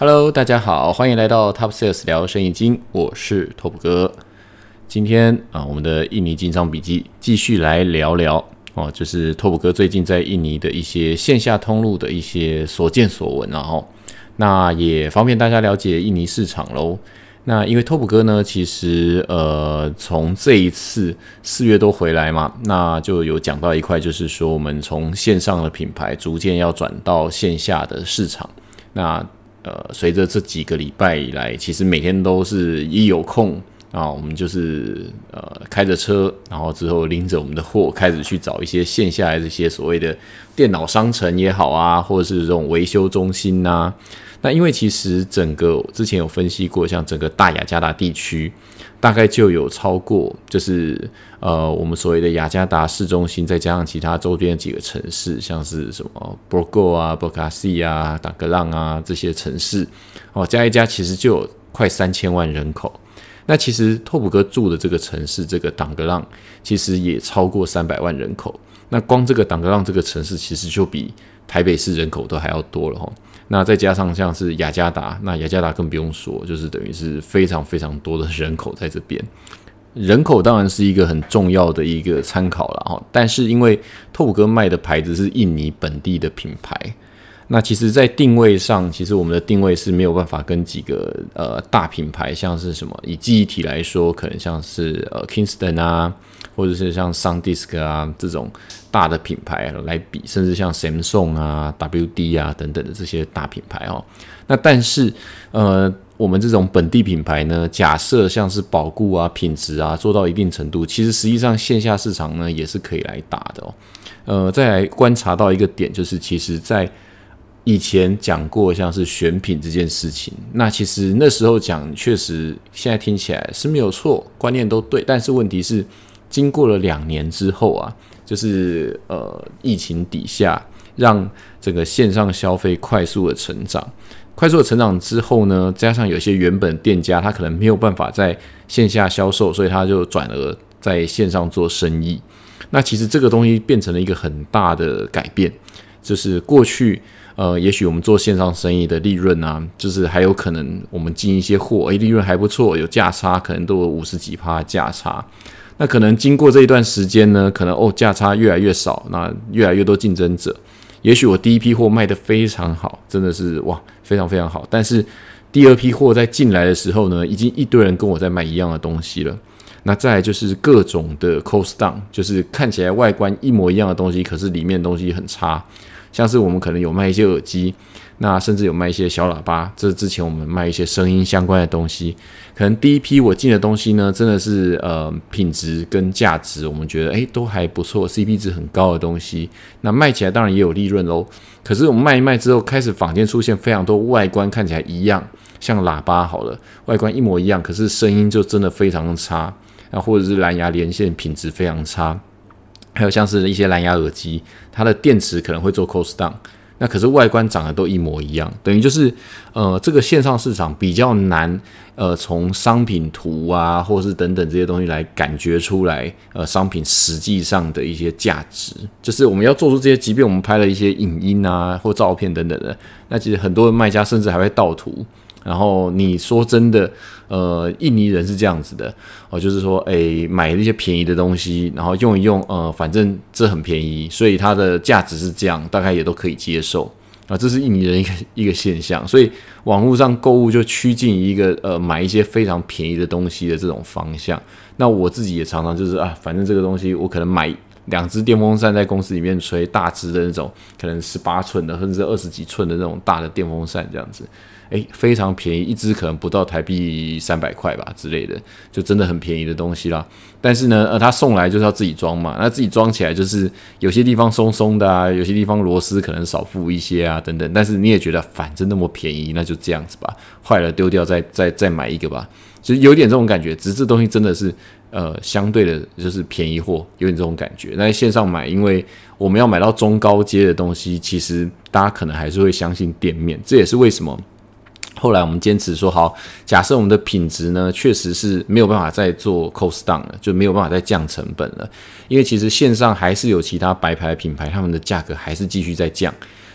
Hello， 大家好，欢迎来到 Top Sales 聊生意经，我是 Top 哥。今天我们的印尼经商笔记继续来聊聊就是 Top 哥最近在印尼的一些线下通路的一些所见所闻那也方便大家了解印尼市场咯。那因为 Top 哥呢，其实从这一次4月都回来嘛，那就有讲到一块，就是说我们从线上的品牌逐渐要转到线下的市场。那随着这几个礼拜以来，其实每天都是一有空我们就是开着车，然后之后拎着我们的货，开始去找一些线下的这些所谓的电脑商城也好啊，或者是这种维修中心啊。那因为其实整个之前有分析过，像整个大雅加达地区，大概就有超过就是我们所谓的雅加达市中心，再加上其他周边的几个城市，像是什么Bogor啊、Bekasi啊、达格朗啊这些城市加一加，其实就有快3000万人口。那其实拓普哥住的这个城市，这个党格浪，其实也超过300万人口。那光这个党格浪这个城市，其实就比台北市人口都还要多了那再加上像是雅加达，那雅加达更不用说，就是等于是非常非常多的人口在这边。人口当然是一个很重要的一个参考啦但是因为拓普哥卖的牌子是印尼本地的品牌。那其实在定位上，其实我们的定位是没有办法跟几个大品牌，像是什么以记忆体来说，可能像是Kingston 啊，或者是像 SanDisk 啊这种大的品牌来比，甚至像 Samsung 啊、WD 啊等等的这些大品牌那但是我们这种本地品牌呢，假设像是保固啊、品质啊做到一定程度，其实实际上线下市场呢也是可以来打的再来观察到一个点，就是其实在以前讲过像是选品这件事情，那其实那时候讲确实现在听起来是没有错，观念都对，但是问题是经过了2年之后就是疫情底下让整个线上消费快速的成长之后呢，加上有些原本店家他可能没有办法在线下销售，所以他就转而在线上做生意。那其实这个东西变成了一个很大的改变，就是过去也许我们做线上生意的利润就是还有可能我们进一些货利润还不错，有价差，可能都有50几%价差。那可能经过这一段时间呢，可能价差越来越少，那越来越多竞争者。也许我第一批货卖得非常好，真的是哇非常非常好，但是第二批货在进来的时候呢，已经一堆人跟我在卖一样的东西了。那再来就是各种的 cost down， 就是看起来外观一模一样的东西，可是里面的东西很差。像是我们可能有卖一些耳机，那甚至有卖一些小喇叭，这之前我们卖一些声音相关的东西，可能第一批我进的东西呢，真的是品质跟价值我们觉得都还不错， CP 值很高的东西，那卖起来当然也有利润咯。可是我们卖一卖之后，开始坊间出现非常多外观看起来一样，像喇叭好了，外观一模一样，可是声音就真的非常差，或者是蓝牙连线品质非常差，还有像是一些蓝牙耳机，它的电池可能会做 cost down， 那可是外观长得都一模一样，等于就是这个线上市场比较难从商品图啊，或是等等这些东西来感觉出来商品实际上的一些价值。就是我们要做出这些，即便我们拍了一些影音啊或照片等等的，那其实很多的卖家甚至还会盗图。然后你说真的印尼人是这样子的就是说买一些便宜的东西，然后用一用反正这很便宜，所以它的价值是这样，大概也都可以接受这是印尼人一个现象。所以网络上购物就趋近于一个买一些非常便宜的东西的这种方向。那我自己也常常就是反正这个东西我可能买2只电风扇在公司里面吹，大只的那种，可能18寸的甚至20几寸的那种大的电风扇这样子非常便宜，一支可能不到台币300块吧之类的，就真的很便宜的东西啦。但是呢它送来就是要自己装嘛，那自己装起来就是有些地方松松的有些地方螺丝可能少附一些等等，但是你也觉得反正那么便宜，那就这样子吧，坏了丢掉再买一个吧，就是有点这种感觉。只是这东西真的是相对的就是便宜货，有点这种感觉。那在线上买，因为我们要买到中高阶的东西，其实大家可能还是会相信店面，这也是为什么后来我们坚持说好，假设我们的品质呢确实是没有办法再做 cost down 了，就没有办法再降成本了，因为其实线上还是有其他白牌品牌，他们的价格还是继续在降。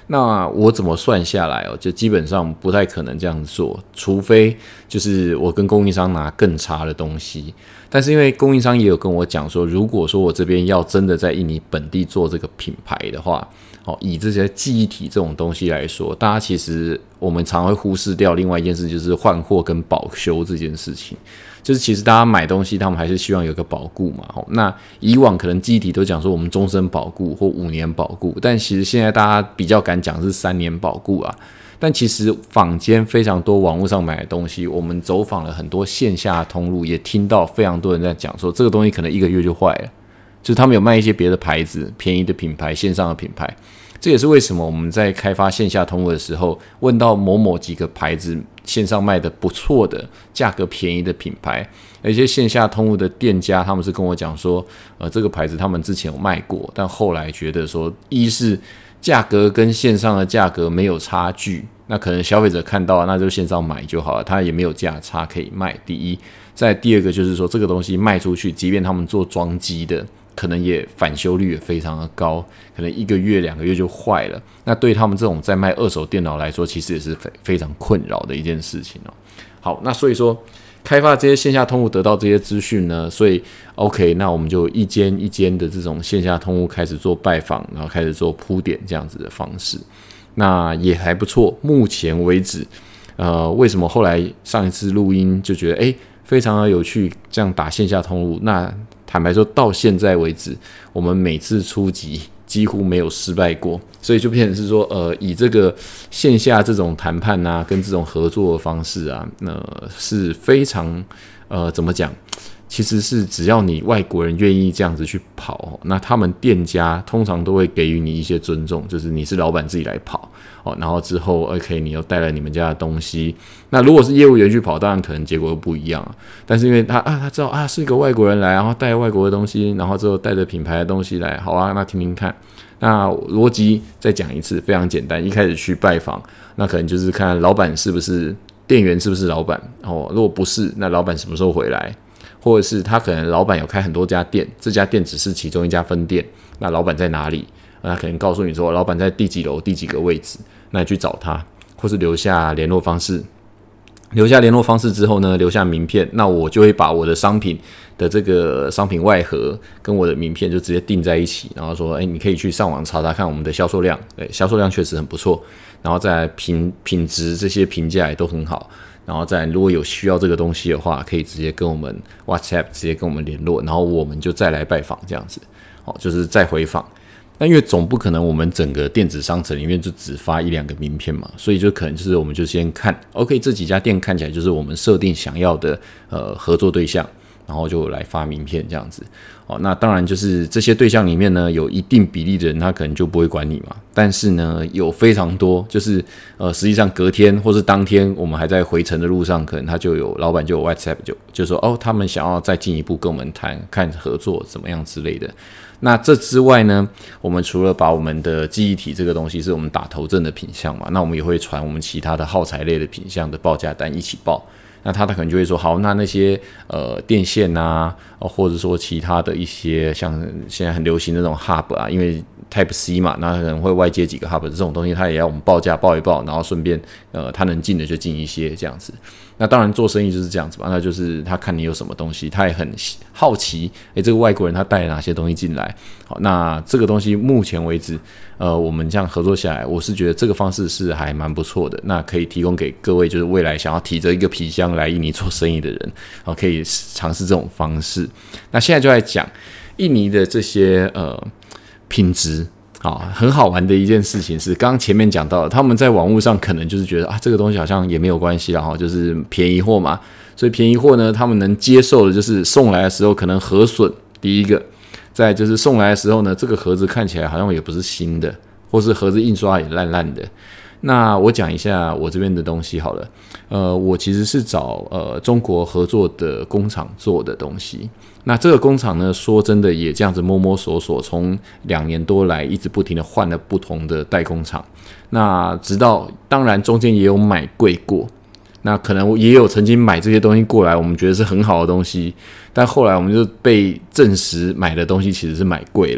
那我怎么算下来就基本上不太可能这样做，除非就是我跟供应商拿更差的东西。但是因为供应商也有跟我讲说，如果说我这边要真的在印尼本地做这个品牌的话，以这些记忆体这种东西来说，大家其实我们常会忽视掉另外一件事，就是换货跟保修这件事情。就是其实大家买东西，他们还是希望有个保固嘛。那以往可能记忆体都讲说我们终身保固或5年保固，但其实现在大家比较敢讲是3年保固啊。但其实坊间非常多网络上买的东西，我们走访了很多线下通路，也听到非常多人在讲说，这个东西可能1个月就坏了。就是他们有卖一些别的牌子，便宜的品牌，线上的品牌。这也是为什么我们在开发线下通路的时候，问到某某几个牌子线上卖的不错的、价格便宜的品牌，有一些线下通路的店家，他们是跟我讲说，这个牌子他们之前有卖过，但后来觉得说，一是价格跟线上的价格没有差距，那可能消费者看到那就线上买就好了，他也没有价差可以卖。第一，再第二个就是说，这个东西卖出去，即便他们做装机的，可能也返修率也非常的高，可能1个月、2个月就坏了。那对他们这种在卖二手电脑来说，其实也是非常困扰的一件事情好，那所以说开发这些线下通路得到这些资讯呢，所以 OK， 那我们就一间一间的这种线下通路开始做拜访，然后开始做铺点这样子的方式，那也还不错。目前为止，为什么后来上一次录音就觉得非常的有趣，这样打线下通路，那坦白说到现在为止，我们每次出击几乎没有失败过，所以就变成是说，以这个线下这种谈判啊，跟这种合作的方式啊，是非常怎么讲？其实是只要你外国人愿意这样子去跑，那他们店家通常都会给予你一些尊重，就是你是老板自己来跑然后之后 OK， 你又带了你们家的东西。那如果是业务员去跑，当然可能结果又不一样但是因为他知道是一个外国人来，然后带外国的东西，然后之后带着品牌的东西来，好啊，那听听看。那逻辑再讲一次，非常简单。一开始去拜访，那可能就是看老板是不是店员，是不是老板如果不是，那老板什么时候回来？或者是他可能老板有开很多家店，这家店只是其中一家分店，那老板在哪里？那可能告诉你说老板在第几楼第几个位置，那你去找他，或是留下联络方式。留下联络方式之后呢，留下名片，那我就会把我的商品的这个商品外盒跟我的名片就直接订在一起，然后说你可以去上网查查看我们的销售量，销售量确实很不错，然后再来品质这些评价也都很好，然后再来如果有需要这个东西的话，可以直接跟我们 WhatsApp 直接跟我们联络，然后我们就再来拜访这样子就是再回访。那因为总不可能我们整个电子商城里面就只发1-2个名片嘛，所以就可能就是我们就先看 OK 这几家店看起来就是我们设定想要的合作对象，然后就来发名片这样子那当然就是这些对象里面呢，有一定比例的人他可能就不会管你嘛，但是呢有非常多就是实际上隔天或是当天我们还在回程的路上，可能他就有老板就有 WhatsApp 就说他们想要再进一步跟我们谈看合作怎么样之类的。那这之外呢，我们除了把我们的记忆体这个东西是我们打头阵的品项嘛，那我们也会传我们其他的耗材类的品项的报价单一起报。那他可能就会说，好，那些电线啊，或者说其他的一些像现在很流行的那种 hub 啊，因为 Type C 嘛，那可能会外接几个 hub 这种东西，他也要我们报价报一报，然后顺便他能进的就进一些这样子。那当然做生意就是这样子吧，那就是他看你有什么东西，他也很好奇，这个外国人他带了哪些东西进来。好，那这个东西目前为止，我们这样合作下来，我是觉得这个方式是还蛮不错的。那可以提供给各位，就是未来想要提着一个皮箱来印尼做生意的人，可以尝试这种方式。那现在就来讲印尼的这些品质。很好玩的一件事情是，刚刚前面讲到的，他们在网络上可能就是觉得这个东西好像也没有关系啦，就是便宜货嘛，所以便宜货呢，他们能接受的就是送来的时候可能核损，第一个，再来就是送来的时候呢，这个盒子看起来好像也不是新的，或是盒子印刷也烂烂的。那我讲一下我这边的东西好了，我其实是找中国合作的工厂做的东西。那这个工厂呢，说真的也这样子摸摸索索，从2年多来一直不停的换了不同的代工厂。那直到当然中间也有买贵过，那可能也有曾经买这些东西过来，我们觉得是很好的东西，但后来我们就被证实买的东西其实是买贵了。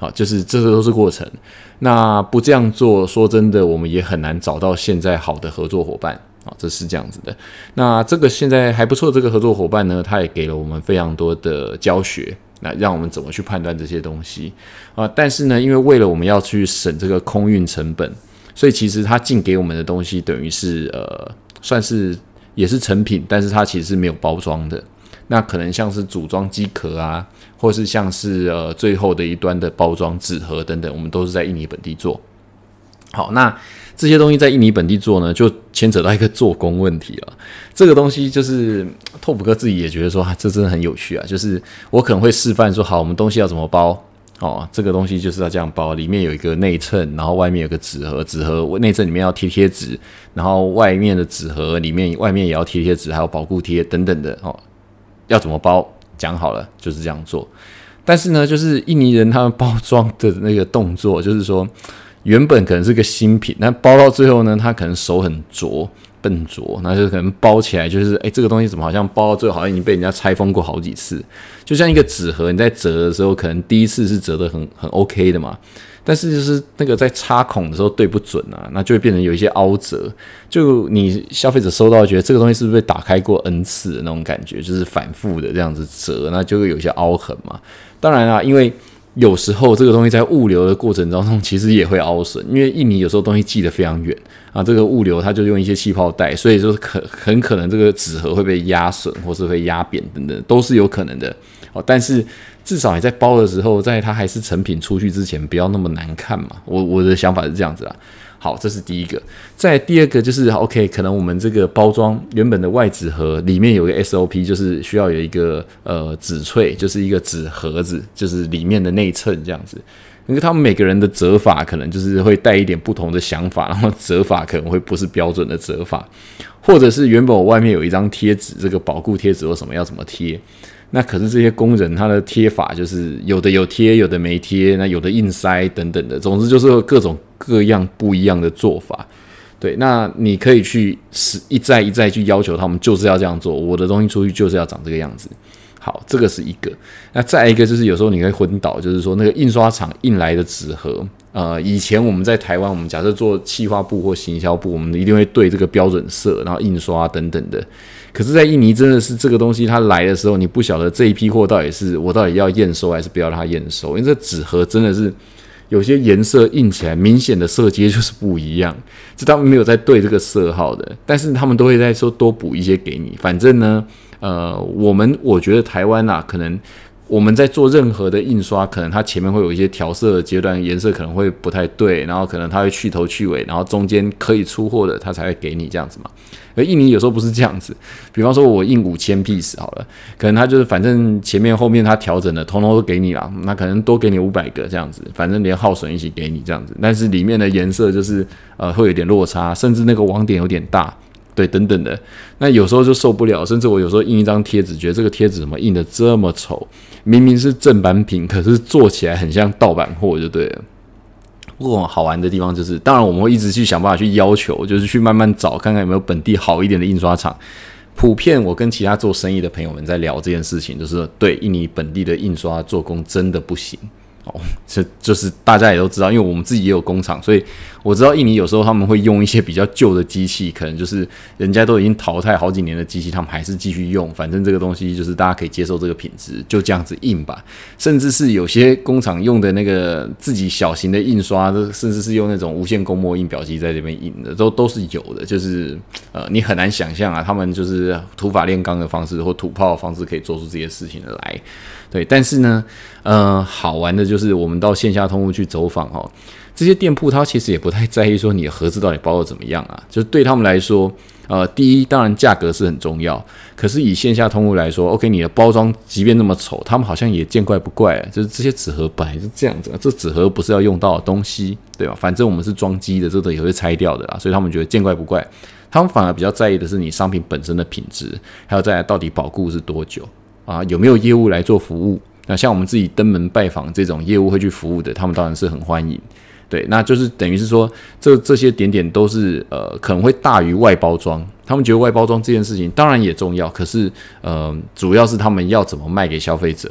好，就是这都是过程。那不这样做，说真的，我们也很难找到现在好的合作伙伴。好，这是这样子的。那这个现在还不错，这个合作伙伴呢，他也给了我们非常多的教学，那让我们怎么去判断这些东西啊。但是呢，因为为了我们要去省这个空运成本，所以其实他进给我们的东西等于是算是也是成品，但是它其实是没有包装的。那可能像是组装机壳啊，或是像是最后的一端的包装纸盒等等，我们都是在印尼本地做。好，那这些东西在印尼本地做呢，就牵扯到一个做工问题了。这个东西就是拓普哥自己也觉得说，这真的很有趣啊。就是我可能会示范说，好，我们东西要怎么包哦，这个东西就是要这样包，里面有一个内衬，然后外面有个纸盒，纸盒内衬里面要贴贴纸，然后外面的纸盒里面外面也要贴贴纸，还有保固贴等等的哦。要怎么包讲好了，就是这样做。但是呢，就是印尼人他们包装的那个动作，就是说原本可能是个新品，但包到最后呢，他可能手很笨拙，那就可能包起来就是这个东西怎么好像包到最后好像已经被人家拆封过好几次。就像一个纸盒，你在折的时候，可能第一次是折得很 OK 的嘛，但是就是那个在插孔的时候对不准啊，那就会变成有一些凹折，就你消费者收到觉得这个东西是不是被打开过 N 次的那种感觉，就是反复的这样子折，那就会有一些凹痕嘛。当然啦，因为有时候这个东西在物流的过程当中其实也会凹损，因为印尼有时候东西寄得非常远啊，这个物流它就用一些气泡袋，所以说很可能这个纸盒会被压损或是会压扁等等，都是有可能的。但是至少你在包的时候，在它还是成品出去之前，不要那么难看嘛。我的想法是这样子啦。好，这是第一个。再来第二个就是 OK， 可能我们这个包装原本的外纸盒里面有个 SOP， 就是需要有一个纸脆，就是一个纸盒子，就是里面的内衬这样子。因为他们每个人的折法可能就是会带一点不同的想法，然后折法可能会不是标准的折法，或者是原本我外面有一张贴纸，这个保固贴纸或什么要怎么贴。那可是这些工人他的贴法就是有的有贴，有的没贴，那有的硬塞等等的，总之就是有各种各样不一样的做法。对，那你可以去一再去要求他们就是要这样做，我的东西出去就是要长这个样子。好，这个是一个。那再一个就是有时候你会昏倒，就是说那个印刷厂印来的纸盒，以前我们在台湾，我们假设做企划部或行销部，我们一定会对这个标准色，然后印刷等等的。可是，在印尼真的是这个东西，它来的时候，你不晓得这一批货到底是我到底要验收还是不要让它验收，因为这纸盒真的是有些颜色印起来明显的色阶就是不一样，就他们没有在对这个色号的，但是他们都会在说多补一些给你。反正呢，我觉得台湾可能我们在做任何的印刷，可能它前面会有一些调色的阶段，颜色可能会不太对，然后可能它会去头去尾，然后中间可以出货的，它才会给你这样子嘛。而印尼有时候不是这样子，比方说我印5000 piece 好了，可能它就是反正前面后面它调整的，通通都给你啦，那可能多给你500个这样子，反正连耗损一起给你这样子，但是里面的颜色就是会有点落差，甚至那个网点有点大。对，等等的，那有时候就受不了，甚至我有时候印一张贴纸，觉得这个贴纸怎么印的这么丑，明明是正版品，可是做起来很像盗版货，就对了。不过好玩的地方就是，当然我们会一直去想办法去要求，就是去慢慢找，看看有没有本地好一点的印刷厂。普遍我跟其他做生意的朋友们在聊这件事情，就是对印尼本地的印刷做工真的不行。这就是大家也都知道，因为我们自己也有工厂，所以我知道印尼有时候他们会用一些比较旧的机器，可能就是人家都已经淘汰好几年的机器，他们还是继续用，反正这个东西就是大家可以接受这个品质，就这样子印吧。甚至是有些工厂用的那个自己小型的印刷，甚至是用那种无线公模印表机在这边印的，都是有的。就是你很难想象他们就是土法炼钢的方式或土炮的方式可以做出这些事情的来。对，但是呢，好玩的就是我们到线下通路去走访这些店铺他其实也不太在意说你的盒子到底包的怎么样啊，就是对他们来说，第一当然价格是很重要，可是以线下通路来说 ，OK， 你的包装即便那么丑，他们好像也见怪不怪就是这些纸盒本来是这样子，这纸盒不是要用到的东西，对吧？反正我们是装机的，这个也会拆掉的啦，所以他们觉得见怪不怪。他们反而比较在意的是你商品本身的品质，还有再来到底保固是多久。有没有业务来做服务？那像我们自己登门拜访这种业务会去服务的，他们当然是很欢迎。对，那就是等于是说，这些点点都是可能会大于外包装。他们觉得外包装这件事情当然也重要，可是主要是他们要怎么卖给消费者。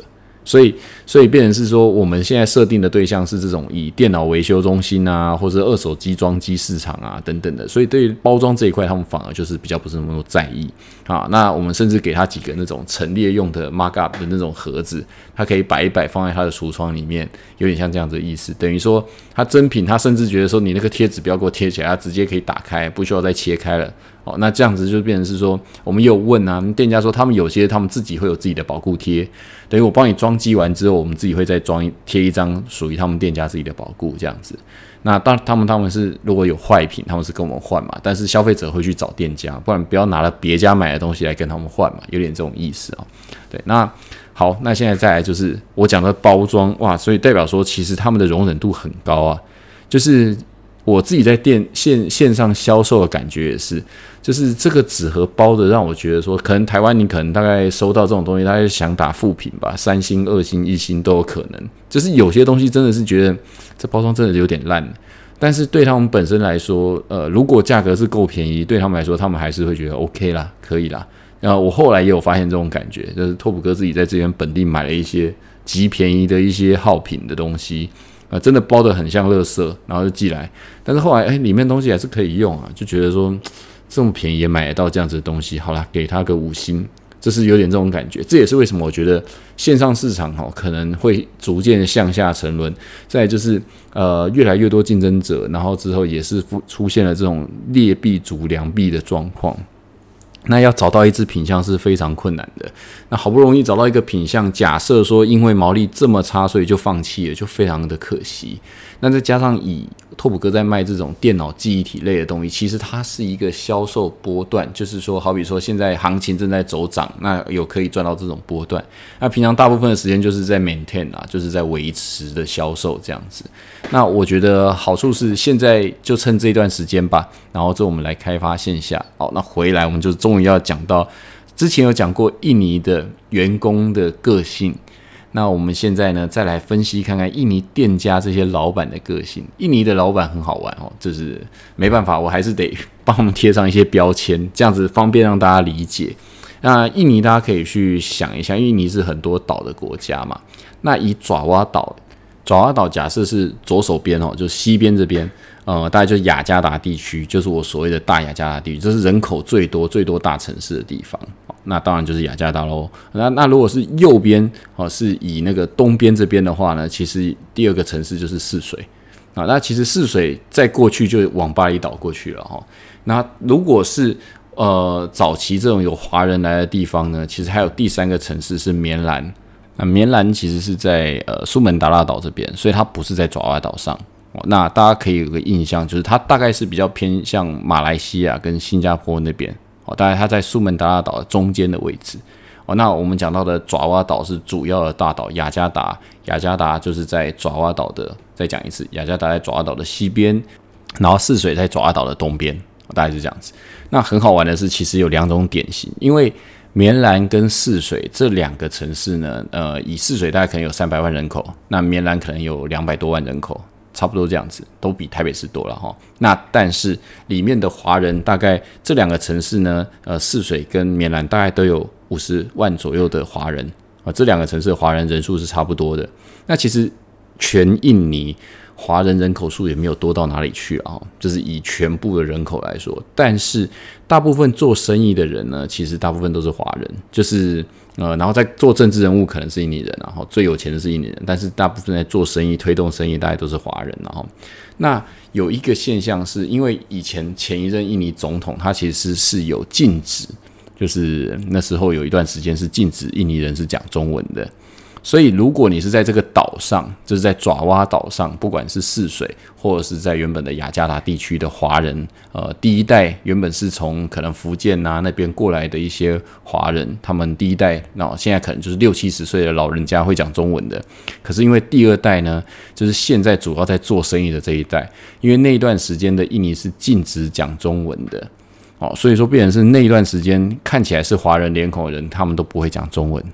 所以变成是说，我们现在设定的对象是这种以电脑维修中心啊，或者二手机装机市场啊等等的，所以对于包装这一块，他们反而就是比较不是那么在意啊。那我们甚至给他几个那种陈列用的 markup 的那种盒子，他可以摆一摆放在他的橱窗里面，有点像这样子的意思。等于说，他真品，他甚至觉得说，你那个贴纸不要给我贴起来，他直接可以打开，不需要再切开了。哦，那这样子就变成是说，我们也有问啊，店家说他们有些他们自己会有自己的保固贴，等于我帮你装机完之后，我们自己会再贴一张属于他们店家自己的保固这样子。那当他们是如果有坏品，他们是跟我们换嘛，但是消费者会去找店家，不然不要拿了别家买的东西来跟他们换嘛，有点这种意思哦。对，那好，那现在再来就是我讲的包装哇，所以代表说其实他们的容忍度很高啊，就是我自己在线上销售的感觉也是，就是这个纸盒包的让我觉得说，可能台湾你可能大概收到这种东西，大概想打负评吧，3星、2星、1星都有可能。就是有些东西真的是觉得这包装真的有点烂，但是对他们本身来说，如果价格是够便宜，对他们来说，他们还是会觉得 OK 啦，可以啦。我后来也有发现这种感觉，就是拓普哥自己在这边本地买了一些极便宜的一些耗品的东西。真的包得很像垃圾，然后就寄来，但是后来里面东西还是可以用啊，就觉得说这么便宜也买得到这样子的东西，好啦，给他个5星，这是有点这种感觉。这也是为什么我觉得线上市场可能会逐渐向下沉沦，再来就是越来越多竞争者，然后之后也是出现了这种劣币逐良币的状况。那要找到一支品项是非常困难的，那好不容易找到一个品项，假设说因为毛利这么差，所以就放弃了，就非常的可惜。那再加上以拓普哥在卖这种电脑记忆体类的东西，其实它是一个销售波段，就是说好比说现在行情正在走涨，那有可以赚到这种波段，那平常大部分的时间就是在 maintain 啊，就是在维持的销售这样子。那我觉得好处是现在就趁这段时间吧，然后之后我们来开发线下。好，那回来我们就终于要讲到之前有讲过印尼的员工的个性，那我们现在呢再来分析看看印尼店家这些老板的个性。印尼的老板很好玩哦，就是没办法，我还是得帮他们贴上一些标签，这样子方便让大家理解。那印尼大家可以去想一下，印尼是很多岛的国家嘛，那以爪哇岛假设是左手边哦，就西边这边，大概就是雅加达地区，就是我所谓的大雅加达地区，这是人口最多大城市的地方。那当然就是雅加达咯。那如果是右边是以那个东边这边的话呢，其实第二个城市就是泗水啊。那其实泗水再过去就往巴厘岛过去了哈。那如果是早期这种有华人来的地方呢，其实还有第3个城市是棉兰。那棉兰其实是在苏门答腊岛这边，所以它不是在爪哇岛上。那大家可以有个印象，就是它大概是比较偏向马来西亚跟新加坡那边。大概它在苏门答腊岛的中间的位置。那我们讲到的爪哇岛是主要的大岛，雅加达就是在爪哇岛的，再讲一次，雅加达在爪哇岛的西边，然后泗水在爪哇岛的东边，大概是这样子。那很好玩的是，其实有2种典型，因为棉兰跟泗水这2个城市呢，以泗水大概可能有300万人口，那棉兰可能有200多万人口，差不多这样子，都比台北市多了哈。那但是里面的华人大概这2个城市呢，泗水跟棉兰大概都有50万左右的华人啊，这2个城市的华人人数是差不多的。那其实全印尼华人人口数也没有多到哪里去啊，就是以全部的人口来说，但是大部分做生意的人呢，其实大部分都是华人，就是然后在做政治人物可能是印尼人，然后最有钱的是印尼人，但是大部分在做生意、推动生意，大概都是华人。然后，那有一个现象是，因为以前前一任印尼总统他其实是有禁止，就是那时候有一段时间是禁止印尼人是讲中文的。所以如果你是在这个岛上，就是在爪哇岛上，不管是泗水或者是在原本的雅加达地区的华人，第一代原本是从可能福建那边过来的一些华人，他们第一代现在可能就是60-70岁的老人家会讲中文的，可是因为第2代呢，就是现在主要在做生意的这一代，因为那一段时间的印尼是禁止讲中文的，所以说变成是那一段时间看起来是华人脸孔的人，他们都不会讲中文。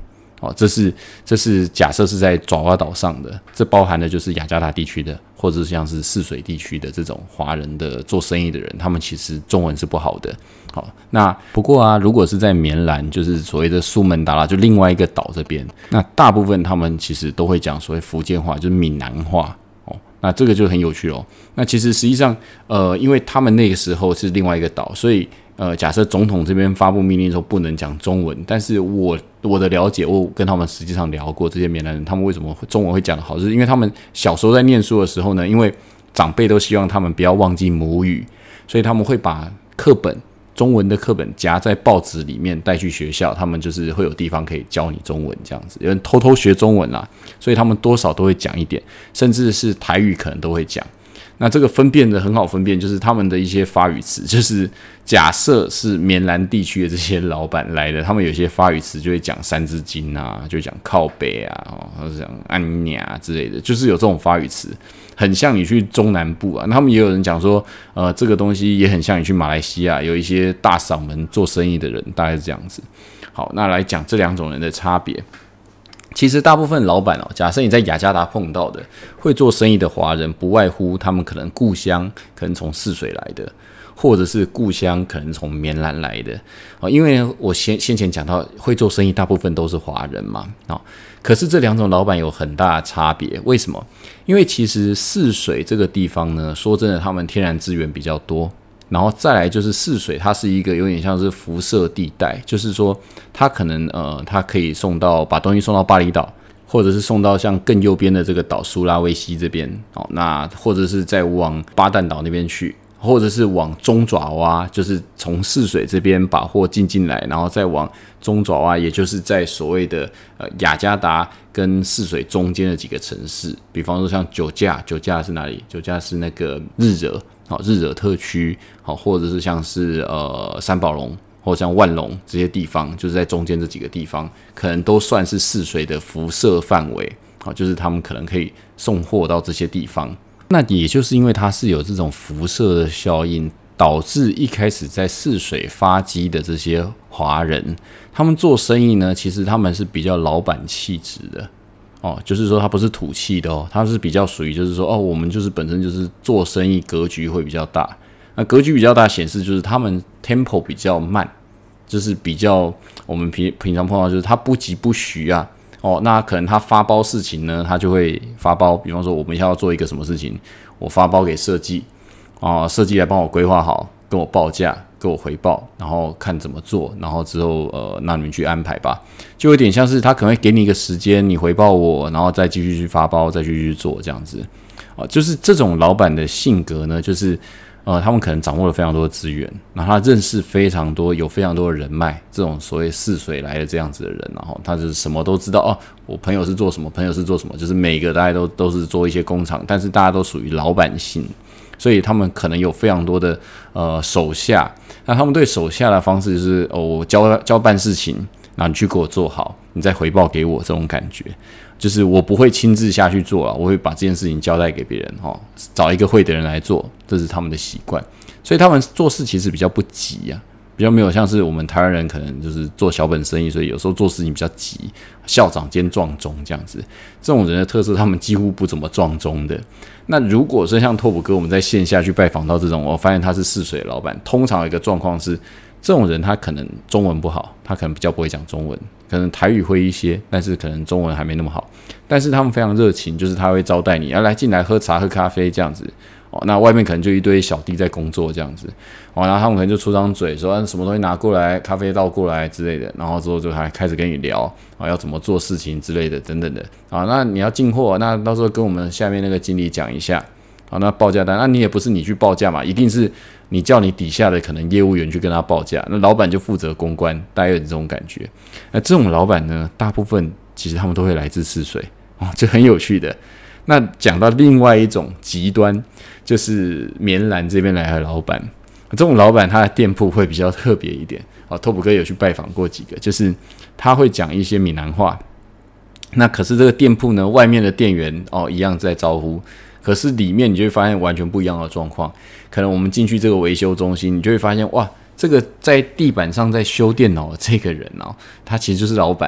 这是假设是在爪哇岛上的，这包含的就是雅加达地区的，或者像是泗水地区的这种华人的做生意的人，他们其实中文是不好的。好，那不过啊，如果是在棉兰，就是所谓的苏门答腊，就另外一个岛这边，那大部分他们其实都会讲所谓福建话，就是闽南话。那这个就很有趣哦。那其实实际上，因为他们那个时候是另外一个岛，所以假设总统这边发布命令的时候不能讲中文，但是我的了解，我跟他们实际上聊过，这些闽南人他们为什么中文会讲得好，就是因为他们小时候在念书的时候呢，因为长辈都希望他们不要忘记母语，所以他们会把中文的课本夹在报纸里面带去学校，他们就是会有地方可以教你中文这样子，有人偷偷学中文啦，所以他们多少都会讲一点，甚至是台语可能都会讲。那这个分辨的很好分辨，就是他们的一些发语词，就是假设是棉兰地区的这些老板来的，他们有些发语词就会讲三字经啊，就会讲靠北啊，或者讲安娘啊之类的，就是有这种发语词，很像你去中南部啊。他们也有人讲说，这个东西也很像你去马来西亚，有一些大嗓门做生意的人，大概是这样子。好，那来讲这两种人的差别。其实大部分老板假设你在雅加达碰到的会做生意的华人，不外乎他们可能故乡可能从泗水来的，或者是故乡可能从棉兰来的。因为我先前讲到会做生意大部分都是华人嘛，可是这两种老板有很大的差别。为什么？因为其实泗水这个地方呢，说真的他们天然资源比较多，然后再来就是泗水，它是一个有点像是辐射地带，就是说它可能它可以把东西送到巴厘岛，或者是送到像更右边的这个岛苏拉威西这边，那或者是再往巴旦岛那边去，或者是往中爪哇，就是从泗水这边把货进来，然后再往中爪哇，也就是在所谓的雅加达跟泗水中间的几个城市，比方说像酒驾是哪里？酒驾是那个日惹特区，或者是像是三宝龙或者像万隆这些地方，就是在中间这几个地方，可能都算是泗水的辐射范围，就是他们可能可以送货到这些地方。那也就是因为它是有这种辐射的效应，导致一开始在泗水发迹的这些华人，他们做生意呢，其实他们是比较老板气质的。就是说他不是土气的他是比较属于就是说我们就是本身就是做生意格局会比较大，那格局比较大显示就是他们 tempo 比较慢，就是比较我们平常碰到就是他不急不徐啊，那可能他发包事情呢，他就会发包，比方说我们要做一个什么事情，我发包给设计设计来帮我规划好，跟我报价，给我回报，然后看怎么做，然后之后那你们去安排吧，就有点像是他可能会给你一个时间，你回报我，然后再继续去发包，再继续去做这样子就是这种老板的性格呢，就是他们可能掌握了非常多的资源，然后他认识非常多，有非常多的人脉，这种所谓泗水来的这样子的人，然后他就是什么都知道我朋友是做什么，朋友是做什么，就是每个大家都是做一些工厂，但是大家都属于老板性，所以他们可能有非常多的手下。那他们对手下的方式就是我交办事情，然后你去给我做好，你再回报给我，这种感觉就是我不会亲自下去做我会把这件事情交代给别人找一个会的人来做，这是他们的习惯。所以他们做事其实比较不急比较没有像是我们台湾人可能就是做小本生意，所以有时候做事情比较急，校长兼撞钟这样子。这种人的特色，他们几乎不怎么撞钟的。那如果是像拓普哥，我们在线下去拜访到这种，我发现他是泗水的老板，通常有一个状况是，这种人他可能中文不好，他可能比较不会讲中文，可能台语会一些，但是可能中文还没那么好。但是他们非常热情，就是他会招待你，来进来喝茶喝咖啡这样子。那外面可能就一堆小弟在工作这样子，然后他们可能就出张嘴说什么东西拿过来，咖啡倒过来之类的，然后之后就还开始跟你聊要怎么做事情之类的等等的那你要进货，那到时候跟我们下面那个经理讲一下那报价单，那你也不是你去报价嘛，一定是你叫你底下的可能业务员去跟他报价，那老板就负责公关，大概有这种感觉。那这种老板呢，大部分其实他们都会来自泗水就很有趣的。那讲到另外一种极端，就是棉兰这边来的老板，这种老板他的店铺会比较特别一点拓普哥有去拜访过几个，就是他会讲一些闽南话，那可是这个店铺呢，外面的店员一样在招呼，可是里面你就会发现完全不一样的状况。可能我们进去这个维修中心，你就会发现哇，这个在地板上在修电脑的这个人他其实就是老板。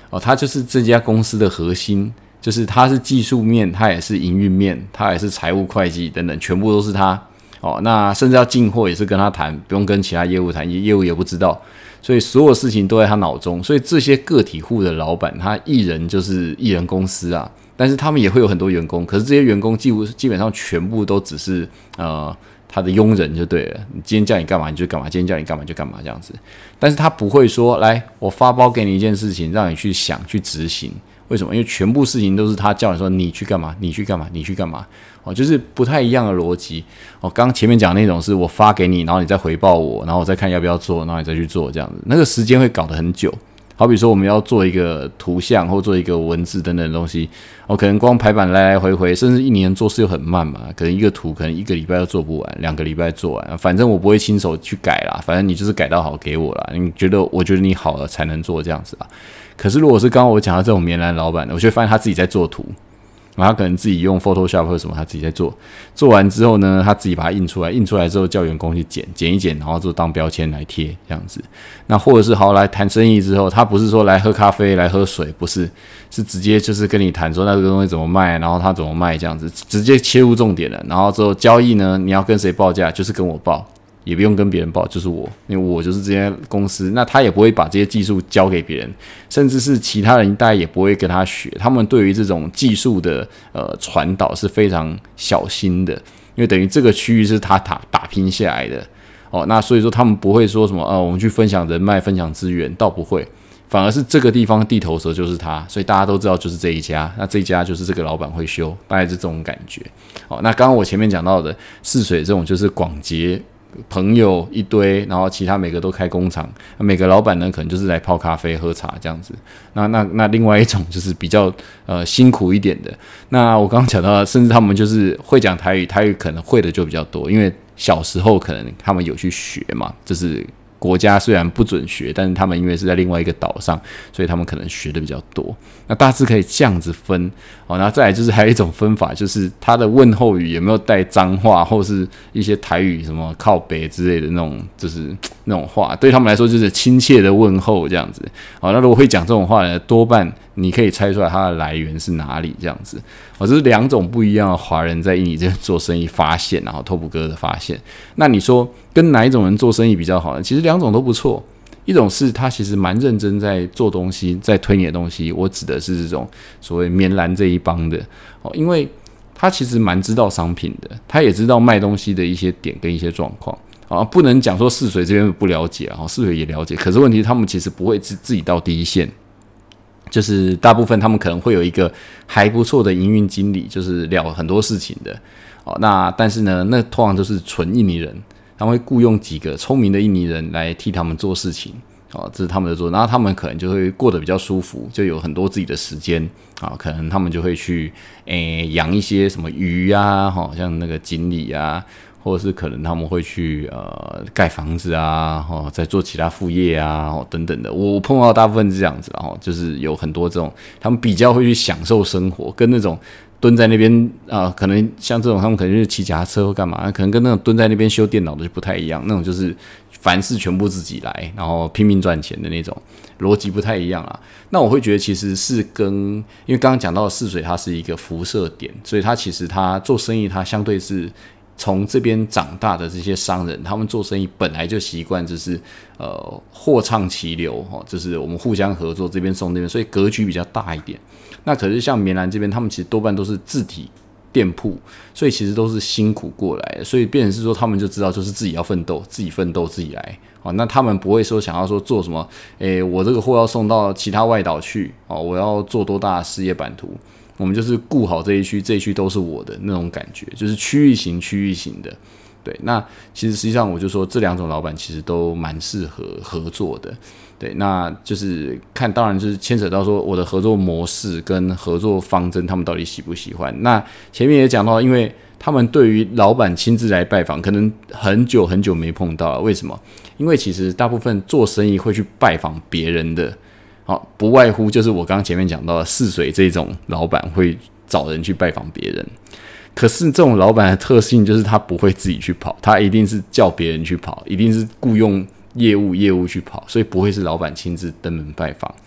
他就是这家公司的核心，就是他是技术面，他也是营运面，他也是财务会计等等，全部都是他。那甚至要进货也是跟他谈，不用跟其他业务谈，业务也不知道，所以所有事情都在他脑中。所以这些个体户的老板，他一人就是一人公司啊，但是他们也会有很多员工，可是这些员工基本上全部都只是他的佣人就对了，你今天叫你干嘛你就干嘛，今天叫你干嘛就干嘛这样子。但是他不会说，来我发包给你一件事情，让你去想去执行。为什么？因为全部事情都是他叫你说你去干嘛，你去干嘛，你去干嘛。就是不太一样的逻辑。刚前面讲的那种是我发给你，然后你再回报我，然后我再看要不要做，然后你再去做这样子，那个时间会搞得很久。好比说我们要做一个图像或做一个文字等等的东西，可能光排版来来回回，甚至一年做事又很慢嘛，可能一个图可能1个礼拜都做不完，2个礼拜做完，反正我不会亲手去改啦，反正你就是改到好给我啦，我觉得你好了才能做这样子啦。可是如果是刚刚我讲到这种棉兰老板，我就会发现他自己在做图，然后他可能自己用 Photoshop 或什么，他自己在做，做完之后呢，他自己把它印出来，印出来之后叫员工去剪一剪，然后就当标签来贴这样子。那或者是好来谈生意之后，他不是说来喝咖啡来喝水，不是，是直接就是跟你谈说那个东西怎么卖，然后他怎么卖这样子，直接切入重点了。然后之后交易呢，你要跟谁报价，就是跟我报。也不用跟别人报，就是我，因为我就是这间公司，那他也不会把这些技术交给别人，甚至是其他人大概也不会跟他学，他们对于这种技术的传导是非常小心的，因为等于这个区域是他打拼下来的，那所以说他们不会说什么我们去分享人脉、分享资源，倒不会，反而是这个地方地头蛇就是他，所以大家都知道就是这一家，那这一家就是这个老板会修，大概是这种感觉。那刚刚我前面讲到的泗水这种就是广结朋友一堆，然后其他每个都开工厂，每个老板呢可能就是来泡咖啡喝茶这样子。那另外一种就是比较辛苦一点的。那我刚刚讲到，甚至他们就是会讲台语，台语可能会的就比较多，因为小时候可能他们有去学嘛，就是国家虽然不准学，但是他们因为是在另外一个岛上，所以他们可能学的比较多。那大致可以这样子分。然后再来就是还有一种分法，就是他的问候语有没有带脏话，或是一些台语什么靠北之类的那种，就是那种话，对他们来说就是亲切的问候这样子。那如果会讲这种话呢，多半你可以猜出来它的来源是哪里这样子。这是2种不一样的华人在印尼这边做生意发现，然后透普哥的发现。那你说跟哪一种人做生意比较好呢？其实2种都不错。一种是他其实蛮认真在做东西，在推你的东西，我指的是这种所谓棉兰这一帮的，因为他其实蛮知道商品的，他也知道卖东西的一些点跟一些状况。不能讲说泗水这边不了解，泗水也了解，可是问题他们其实不会自己到第一线，就是大部分他们可能会有一个还不错的营运经理，就是了很多事情的。那但是呢，那通常都是纯印尼人。他们会雇佣几个聪明的印尼人来替他们做事情，这是他们的做，然后他们可能就会过得比较舒服，就有很多自己的时间，可能他们就会去养一些什么鱼啊，像那个锦鲤啊，或者是可能他们会去盖房子啊，再做其他副业啊，等等的。我碰到大部分是这样子，然后就是有很多这种，他们比较会去享受生活，跟那种蹲在那边可能像这种他们可能就是骑脚踏车或干嘛，可能跟那种蹲在那边修电脑的就不太一样，那种就是凡事全部自己来，然后拼命赚钱的那种逻辑不太一样啊。那我会觉得其实是因为刚刚讲到的泗水它是一个辐射点，所以它其实它做生意它相对是从这边长大的这些商人，他们做生意本来就习惯就是货畅其流，就是我们互相合作，这边送那边，所以格局比较大一点。那可是像棉兰这边，他们其实多半都是自体店铺，所以其实都是辛苦过来的，所以变成是说他们就知道就是自己要奋斗，自己奋斗自己来。那他们不会说想要说做什么，我这个货要送到其他外岛去，我要做多大的事业版图。我们就是顾好这一区，这一区都是我的那种感觉，就是区域型的。对，那其实实际上我就说这2种老板其实都蛮适合合作的。对，那就是看，当然就是牵扯到说我的合作模式跟合作方针，他们到底喜不喜欢。那前面也讲到，因为他们对于老板亲自来拜访，可能很久很久没碰到了。为什么？因为其实大部分做生意会去拜访别人的。不外乎就是我刚刚前面讲到的泗水这种老板会找人去拜访别人，可是这种老板的特性就是他不会自己去跑，他一定是叫别人去跑，一定是雇佣业务去跑，所以不会是老板亲自登门拜访。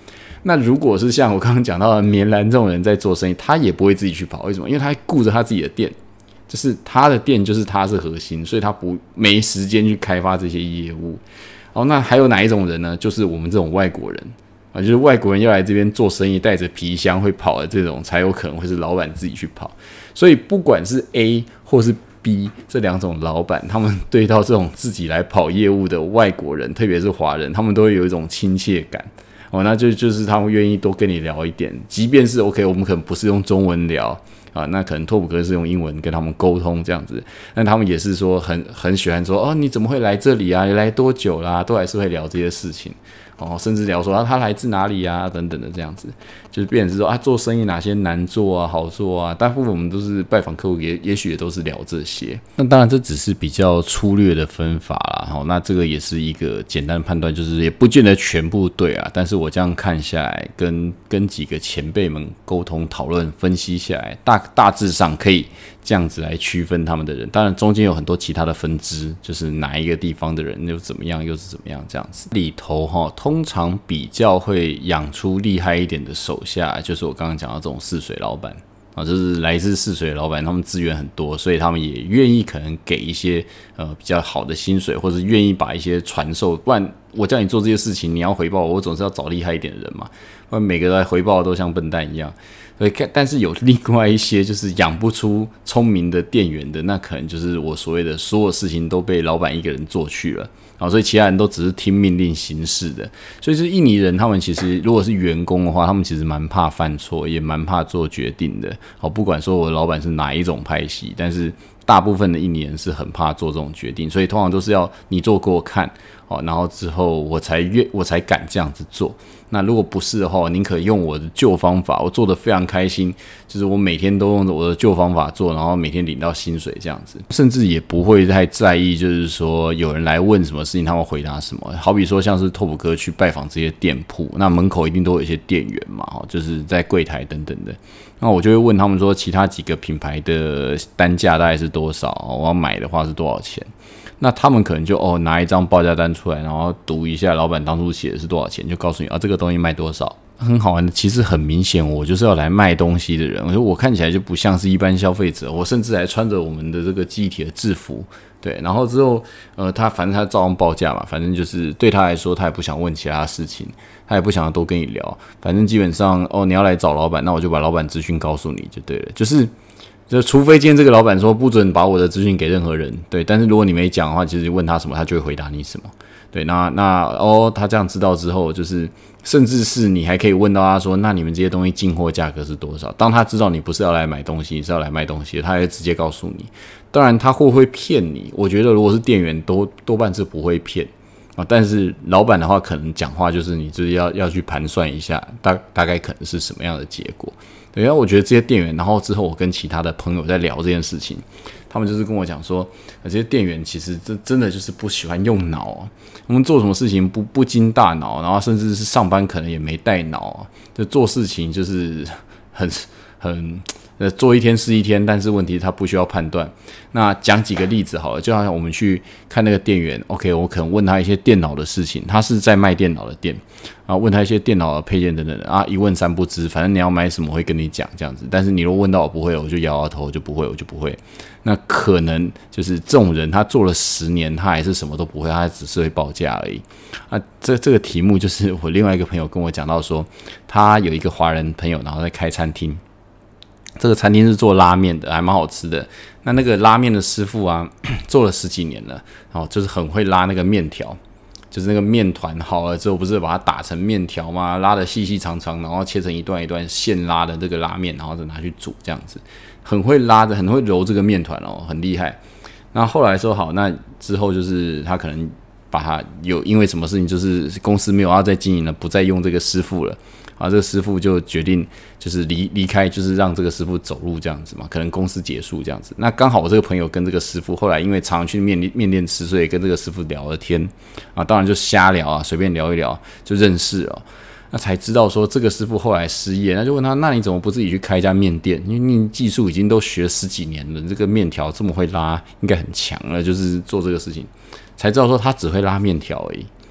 那如果是像我刚刚讲到的棉兰这种人在做生意，他也不会自己去跑，为什么？因为他顾着他自己的店，就是他的店就是他是核心，所以他没时间去开发这些业务。那还有哪一种人呢？就是我们这种外国人啊，就是外国人要来这边做生意，带着皮箱会跑的这种，才有可能会是老板自己去跑。所以不管是 A 或是 B 这两种老板，他们对到这种自己来跑业务的外国人，特别是华人，他们都会有一种亲切感。那就是他们愿意多跟你聊一点，即便是 OK， 我们可能不是用中文聊啊，那可能拓普哥是用英文跟他们沟通这样子，那他们也是说很喜欢说你怎么会来这里啊？你来多久啦？都还是会聊这些事情甚至聊说他来自哪里啊等等的这样子，就是变成是说做生意哪些难做啊好做啊，大部分我们都是拜访客户也许也都是聊这些。那当然这只是比较粗略的分法啦，那这个也是一个简单的判断，就是也不见得全部对啊，但是我这样看下来，跟几个前辈们沟通讨论分析下来，大致上可以这样子来区分他们的人。当然中间有很多其他的分支，就是哪一个地方的人又怎么样又是怎么样这样子。里头通常比较会养出厉害一点的手下，就是我刚刚讲到这种试水老板就是来自试水的老板，他们资源很多，所以他们也愿意可能给一些比较好的薪水，或者愿意把一些传授，不然我叫你做这些事情，你要回报我总是要找厉害一点的人嘛，不然每个来回报都像笨蛋一样。所以但是有另外一些就是养不出聪明的店员的，那可能就是我所谓的所有事情都被老板一个人做去了所以其他人都只是听命令行事的。所以是印尼人，他们其实如果是员工的话，他们其实蛮怕犯错，也蛮怕做决定的不管说我的老板是哪一种派系，但是大部分的印尼人是很怕做这种决定，所以通常都是要你做给我看然后之后我才敢这样子做。那如果不是的话，宁可用我的旧方法，我做得非常开心，就是我每天都用我的旧方法做，然后每天领到薪水这样子，甚至也不会太在意，就是说有人来问什么事情，他们回答什么。好比说像是拓普哥去拜访这些店铺，那门口一定都有一些店员嘛，就是在柜台等等的，那我就会问他们说，其他几个品牌的单价大概是多少？我要买的话是多少钱？那他们可能就拿一张报价单出来，然后读一下老板当初写的是多少钱，就告诉你这个东西卖多少。很好玩的，其实很明显，我就是要来卖东西的人，我看起来就不像是一般消费者，我甚至还穿着我们的这个记忆体的制服，对，然后之后反正他照样报价嘛，反正就是对他来说，他也不想问其他事情，他也不想要多跟你聊，反正基本上你要来找老板，那我就把老板资讯告诉你就对了，就除非今天这个老板说不准把我的资讯给任何人，对，但是如果你没讲的话，其实问他什么，他就会回答你什么，对，那他这样知道之后，就是甚至是你还可以问到他说，那你们这些东西进货价格是多少？当他知道你不是要来买东西，是要来卖东西，他会直接告诉你。当然，他会不会骗你？我觉得如果是店员，多半是不会骗但是老板的话，可能讲话就是你就是要去盘算一下，大概可能是什么样的结果。对，然后我觉得这些店员，然后之后我跟其他的朋友在聊这件事情，他们就是跟我讲说，这些店员其实真的就是不喜欢用脑我们做什么事情不经大脑，然后甚至是上班可能也没带脑就做事情就是很做一天是一天，但是问题是他不需要判断。那讲几个例子好了，就好像我们去看那个店员 ，OK， 我可能问他一些电脑的事情，他是在卖电脑的店，然后问他一些电脑的配件等等的一问三不知，反正你要买什么我会跟你讲这样子。但是你如果问到我不会，我就摇摇头，就不会，我就不会。那可能就是这种人，他做了10年，他还是什么都不会，他只是会报价而已。这个题目就是我另外一个朋友跟我讲到说，他有一个华人朋友，然后在开餐厅。这个餐厅是做拉面的，还蛮好吃的。那个拉面的师傅做了10几年了，然后就是很会拉那个面条，就是那个面团好了之后，不是把它打成面条吗？拉得细细长长，然后切成一段一段现拉的这个拉面，然后再拿去煮，这样子很会拉的，很会揉这个面团很厉害。那后来说好，那之后就是他可能把他因为什么事情，就是公司没有要再经营了，不再用这个师傅了。这个师傅就决定就是离开，就是让这个师傅走路这样子嘛，可能公司结束这样子。那刚好我这个朋友跟这个师傅后来因为常常去面店吃，所以跟这个师傅聊了天当然就瞎聊随便聊一聊就认识了。那才知道说这个师傅后来失业，那就问他，那你怎么不自己去开一家面店？因为你技术已经都学10几年了，这个面条这么会拉，应该很强了，就是做这个事情。才知道说他只会拉面条而已。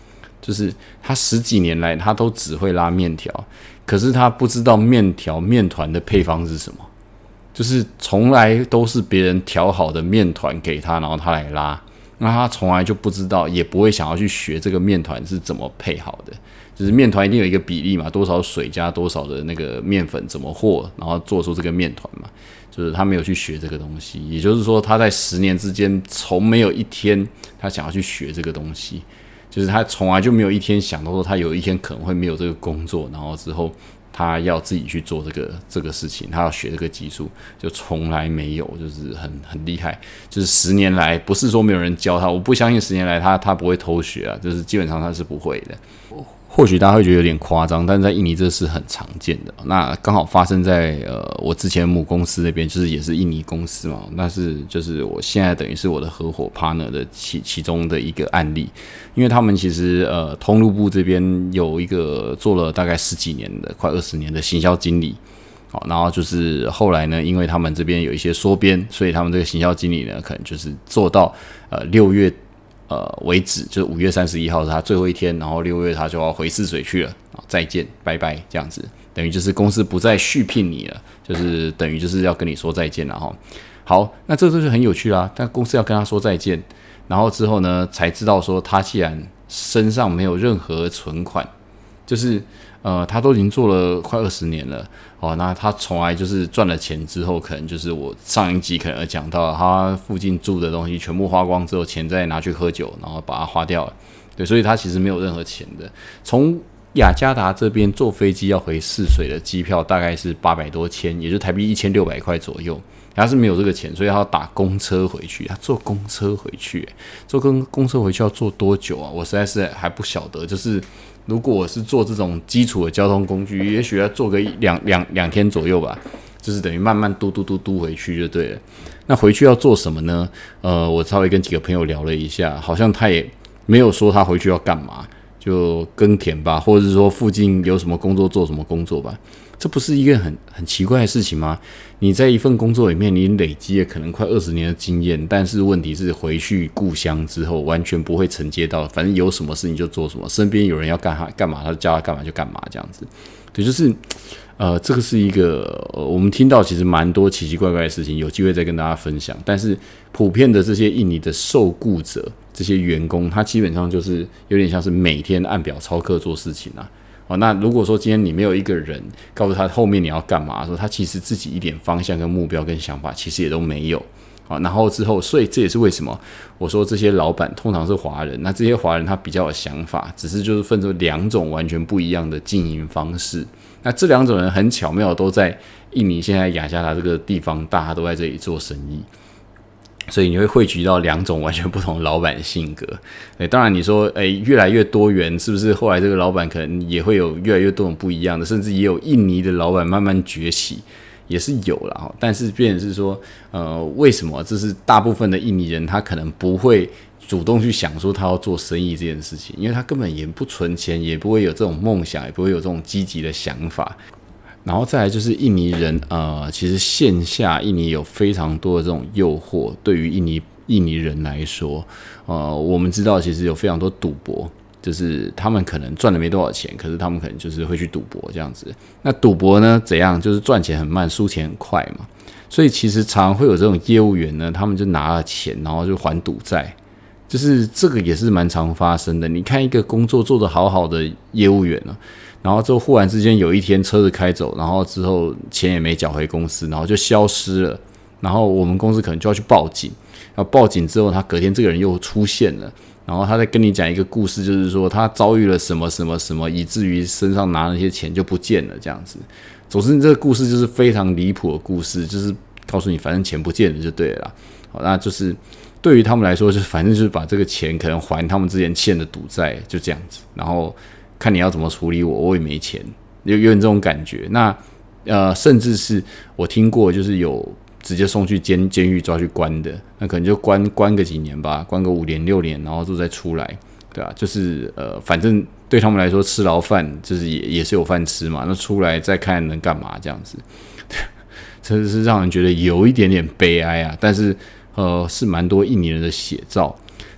就是他10几年来他都只会拉面条，可是他不知道面团的配方是什么，就是从来都是别人调好的面团给他，然后他来拉，那他从来就不知道，也不会想要去学这个面团是怎么配好的。就是面团一定有一个比例嘛，多少水加多少的那个面粉怎么和，然后做出这个面团嘛。就是他没有去学这个东西，也就是说他在10年之间从没有一天他想要去学这个东西，就是他从来就没有一天想到说他有一天可能会没有这个工作，然后之后他要自己去做这个事情，他要学这个技术，就从来没有，就是很厉害。就是10年来，不是说没有人教他，我不相信10年来他不会偷学啊，就是基本上他是不会的。或许大家会觉得有点夸张，但是在印尼这是很常见的。那刚好发生在我之前母公司那边，就是也是印尼公司嘛，那是就是我现在等于是我的合伙 partner 的其中的一个案例，因为他们其实通路部这边有一个做了大概10几年的，快20年的行销经理。好，然后就是后来呢，因为他们这边有一些缩编，所以他们这个行销经理呢，可能就是做到6月为止，就是5月31号是他最后一天，然后6月他就要回泗水去了，再见，拜拜，这样子，等于就是公司不再续聘你了，就是等于就是要跟你说再见了哈。好，那这就是很有趣啦，但公司要跟他说再见，然后之后呢，才知道说他既然身上没有任何存款，就是他都已经做了快20年了，那他从来就是赚了钱之后，可能就是我上一集可能有讲到，他附近住的东西全部花光之后，钱再拿去喝酒，然后把它花掉了，对，所以他其实没有任何钱的。从雅加达这边坐飞机要回泗水的机票大概是800多千，也就是台币1600块左右。他是没有这个钱，所以他要打公车回去。他坐公车回去，坐公车回去要坐多久啊？我实在是还不晓得。就是如果我是坐这种基础的交通工具，也许要坐个两天左右吧。就是等于慢慢嘟回去就对了。那回去要做什么呢？我稍微跟几个朋友聊了一下，好像他也没有说他回去要干嘛，就耕田吧，或者是说附近有什么工作做什么工作吧。这不是一个很奇怪的事情吗？你在一份工作里面，你累积了可能快20年的经验，但是问题是回去故乡之后，完全不会承接到，反正有什么事情就做什么，身边有人要干嘛，他就叫他干嘛就干嘛，这样子。对，就是这个是一个我们听到其实蛮多奇奇怪怪的事情，有机会再跟大家分享。但是普遍的这些印尼的受雇者，这些员工，他基本上就是有点像是每天按表操课做事情啊。那如果说今天你没有一个人告诉他后面你要干嘛的时候，他其实自己一点方向跟目标跟想法其实也都没有。然后之后，所以这也是为什么我说这些老板通常是华人，那这些华人他比较有想法，只是就是分成2种完全不一样的经营方式。那这2种人很巧妙都在印尼现在雅加达这个地方，大家都在这里做生意。所以你会汇聚到2种完全不同的老板性格。当然你说越来越多元，是不是后来这个老板可能也会有越来越多种不一样的，甚至也有印尼的老板慢慢崛起，也是有啦。但是变成是说为什么这是大部分的印尼人他可能不会主动去想说他要做生意这件事情，因为他根本也不存钱，也不会有这种梦想，也不会有这种积极的想法。然后再来就是印尼人，其实线下印尼有非常多的这种诱惑，对于印尼人来说，我们知道其实有非常多赌博，就是他们可能赚了没多少钱，可是他们可能就是会去赌博这样子。那赌博呢怎样？就是赚钱很慢，输钱很快嘛。所以其实常会有这种业务员呢，他们就拿了钱，然后就还赌债。就是这个也是蛮常发生的。你看一个工作做得好好的业务员呢，然后之后忽然之间有一天车子开走，然后之后钱也没缴回公司，然后就消失了，然后我们公司可能就要去报警，然后报警之后他隔天这个人又出现了，然后他再跟你讲一个故事，就是说他遭遇了什么什么什么，以至于身上拿那些钱就不见了这样子。总之这个故事就是非常离谱的故事，就是告诉你反正钱不见了就对了啦。好，那就是对于他们来说，就是反正就是把这个钱可能还他们之前欠的赌债，就这样子。然后看你要怎么处理我，我也没钱，有点这种感觉。那甚至是我听过，就是有直接送去监狱抓去关的，那可能就关个几年吧，关个5年6年，然后就再出来，对吧？就是反正对他们来说吃牢饭就是也是有饭吃嘛，那出来再看能干嘛这样子，真是让人觉得有一点点悲哀啊。但是是蛮多印尼人的写照。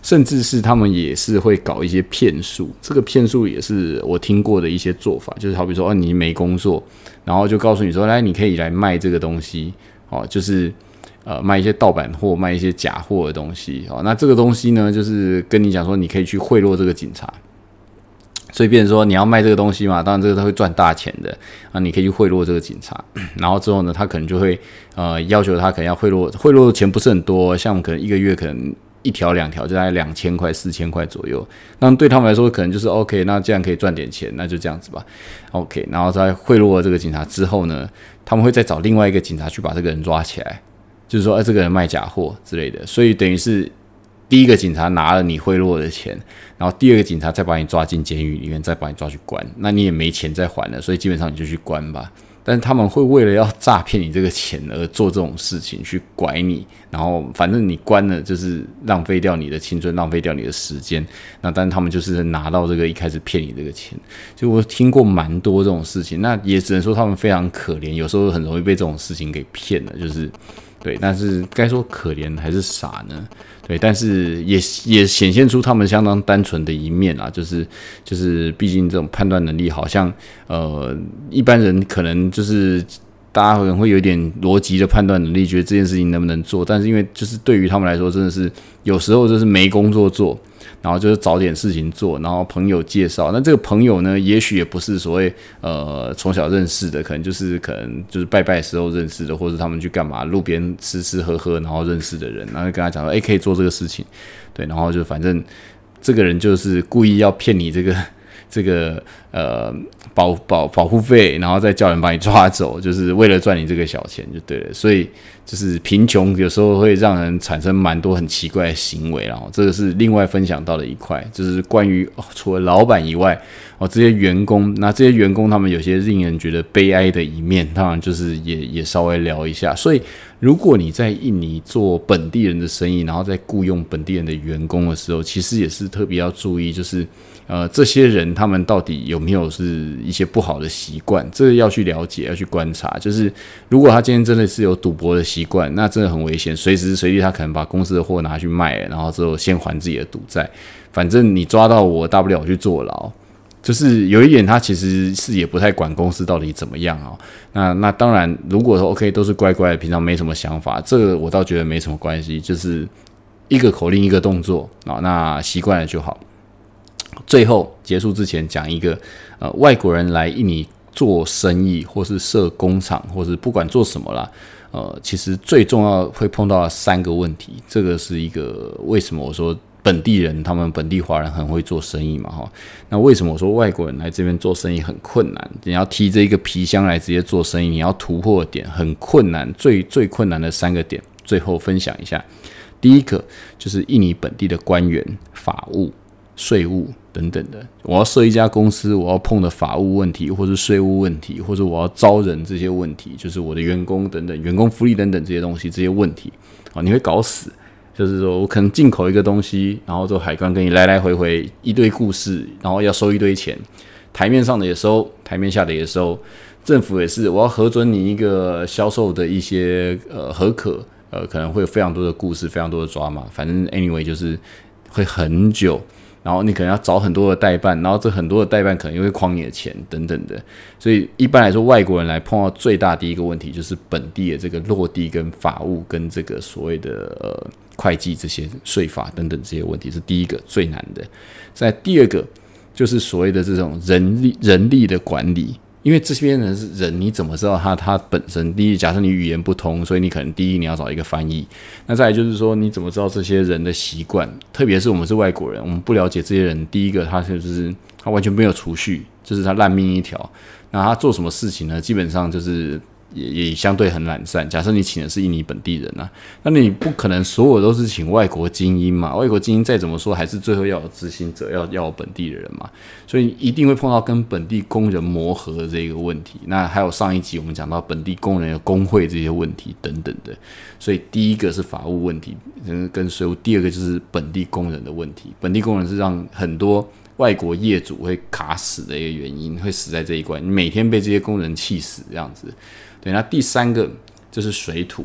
甚至是他们也是会搞一些骗术，这个骗术也是我听过的一些做法，就是好比说你没工作，然后就告诉你说来你可以来卖这个东西就是卖一些盗版货，卖一些假货的东西那这个东西呢就是跟你讲说你可以去贿赂这个警察，所以变成说你要卖这个东西嘛，当然这个他会赚大钱的你可以去贿赂这个警察，然后之后呢他可能就会要求他可能要贿赂的钱不是很多，像我们可能一个月可能1条2条就大概2000块4000块左右，那对他们来说可能就是 OK， 那既然可以赚点钱那就这样子吧 OK， 然后在贿赂了这个警察之后呢，他们会再找另外一个警察去把这个人抓起来，就是说这个人卖假货之类的，所以等于是第一个警察拿了你贿赂的钱，然后第二个警察再把你抓进监狱里面，再把你抓去关，那你也没钱再还了，所以基本上你就去关吧。但是他们会为了要诈骗你这个钱而做这种事情，去拐你，然后反正你关了就是浪费掉你的青春，浪费掉你的时间。那但是他们就是拿到这个一开始骗你这个钱，就我听过蛮多这种事情，那也只能说他们非常可怜，有时候很容易被这种事情给骗了，就是对。但是该说可怜还是傻呢？对，但是也显现出他们相当单纯的一面啦，就是毕竟这种判断能力好像一般人可能就是大家可能会有一点逻辑的判断能力，觉得这件事情能不能做，但是因为就是对于他们来说真的是有时候就是没工作做，然后就是找点事情做，然后朋友介绍，那这个朋友呢也许也不是所谓从小认识的，可能就是拜拜时候认识的，或者他们去干嘛路边吃吃喝喝然后认识的人，然后就跟他讲说可以做这个事情，对，然后就反正这个人就是故意要骗你这个保护费，然后再叫人把你抓走，就是为了赚你这个小钱就对了。所以就是贫穷有时候会让人产生蛮多很奇怪的行为，然后这个是另外分享到的一块，就是关于除了老板以外这些员工，那这些员工他们有些令人觉得悲哀的一面，当然就是也稍微聊一下。所以如果你在印尼做本地人的生意，然后在雇佣本地人的员工的时候，其实也是特别要注意，就是这些人他们到底有没有是一些不好的习惯，这个要去了解，要去观察。就是如果他今天真的是有赌博的习惯，那真的很危险，随时随地他可能把公司的货拿去卖了，然后之后先还自己的赌债。反正你抓到我，大不了我去坐牢。就是有一点，他其实是也不太管公司到底怎么样那当然，如果说 OK 都是乖乖的，平常没什么想法，这个我倒觉得没什么关系，就是一个口令一个动作那习惯了就好。最后结束之前讲一个外国人来印尼做生意，或是设工厂，或是不管做什么啦，其实最重要会碰到的3个问题。这个是一个为什么我说本地人他们本地华人很会做生意嘛那为什么我说外国人来这边做生意很困难？你要提着一个皮箱来直接做生意，你要突破的点很困难，最困难的3个点，最后分享一下。第一个就是印尼本地的官员、法务、税务等等的，我要设一家公司，我要碰的法务问题，或是税务问题，或者我要招人这些问题，就是我的员工等等，员工福利等等这些东西，这些问题你会搞死。就是说我可能进口一个东西，然后之后海关跟你来来回回一堆故事，然后要收一堆钱，台面上的也收，台面下的也收，政府也是，我要核准你一个销售的一些核可，可能会有非常多的故事，非常多的抓马，反正 anyway 就是会很久。然后你可能要找很多的代办，然后这很多的代办可能又会诓你的钱等等的，所以一般来说外国人来碰到最大第一个问题就是本地的这个落地跟法务跟这个所谓的会计这些税法等等这些问题是第一个最难的。再第二个就是所谓的这种人力的管理，因为这边人是人，你怎么知道他本身？第一，假设你语言不通，所以你可能第一你要找一个翻译。那再来就是说，你怎么知道这些人的习惯？特别是我们是外国人，我们不了解这些人。第一个，他完全没有储蓄，就是他烂命一条。那他做什么事情呢？基本上就是也相对很懒散。假设你请的是印尼本地人那你不可能所有都是请外国精英嘛？外国精英再怎么说，还是最后要有执行者，要有本地的人嘛。所以一定会碰到跟本地工人磨合的这个问题。那还有上一集我们讲到本地工人的工会这些问题等等的。所以第一个是法务问题跟税务，第二个就是本地工人的问题。本地工人是让很多外国业主会卡死的一个原因，会死在这一关，你每天被这些工人气死这样子。对，那第3个就是水土。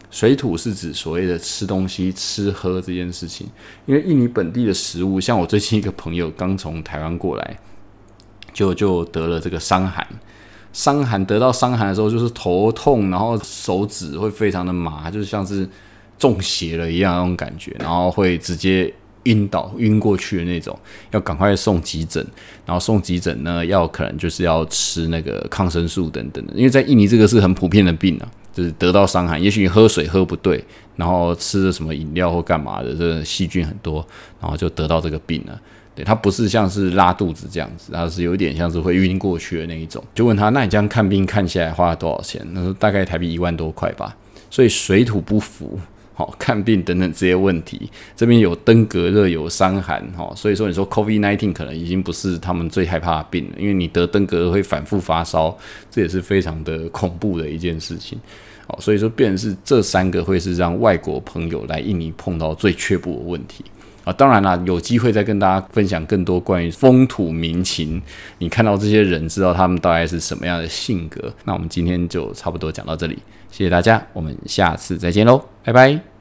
水土是指所谓的吃东西、吃喝这件事情。因为印尼本地的食物，像我最近一个朋友刚从台湾过来，就得了这个伤寒。得到伤寒的时候，就是头痛，然后手指会非常的麻，就是像是中邪了一样那种感觉，然后会直接晕过去的那种，要赶快送急诊。然后送急诊呢，可能就是要吃那个抗生素等等的，因为在印尼这个是很普遍的病啊。就是得到伤寒，也许你喝水喝不对，然后吃了什么饮料或干嘛的，这个细菌很多，然后就得到这个病了。对，它不是像是拉肚子这样子，它是有点像是会晕过去的那一种。就问他，那你这样看病看下来花了多少钱？他说大概台币1万多块吧。所以水土不服，看病等等这些问题，这边有登革热，有伤寒，所以说你说 COVID-19 可能已经不是他们最害怕的病了，因为你得登革热会反复发烧，这也是非常的恐怖的一件事情。所以说变成是这3个会是让外国朋友来印尼碰到最却步的问题。当然啦，有机会再跟大家分享更多关于风土民情，你看到这些人知道他们大概是什么样的性格。那我们今天就差不多讲到这里，谢谢大家，我们下次再见咯，拜拜。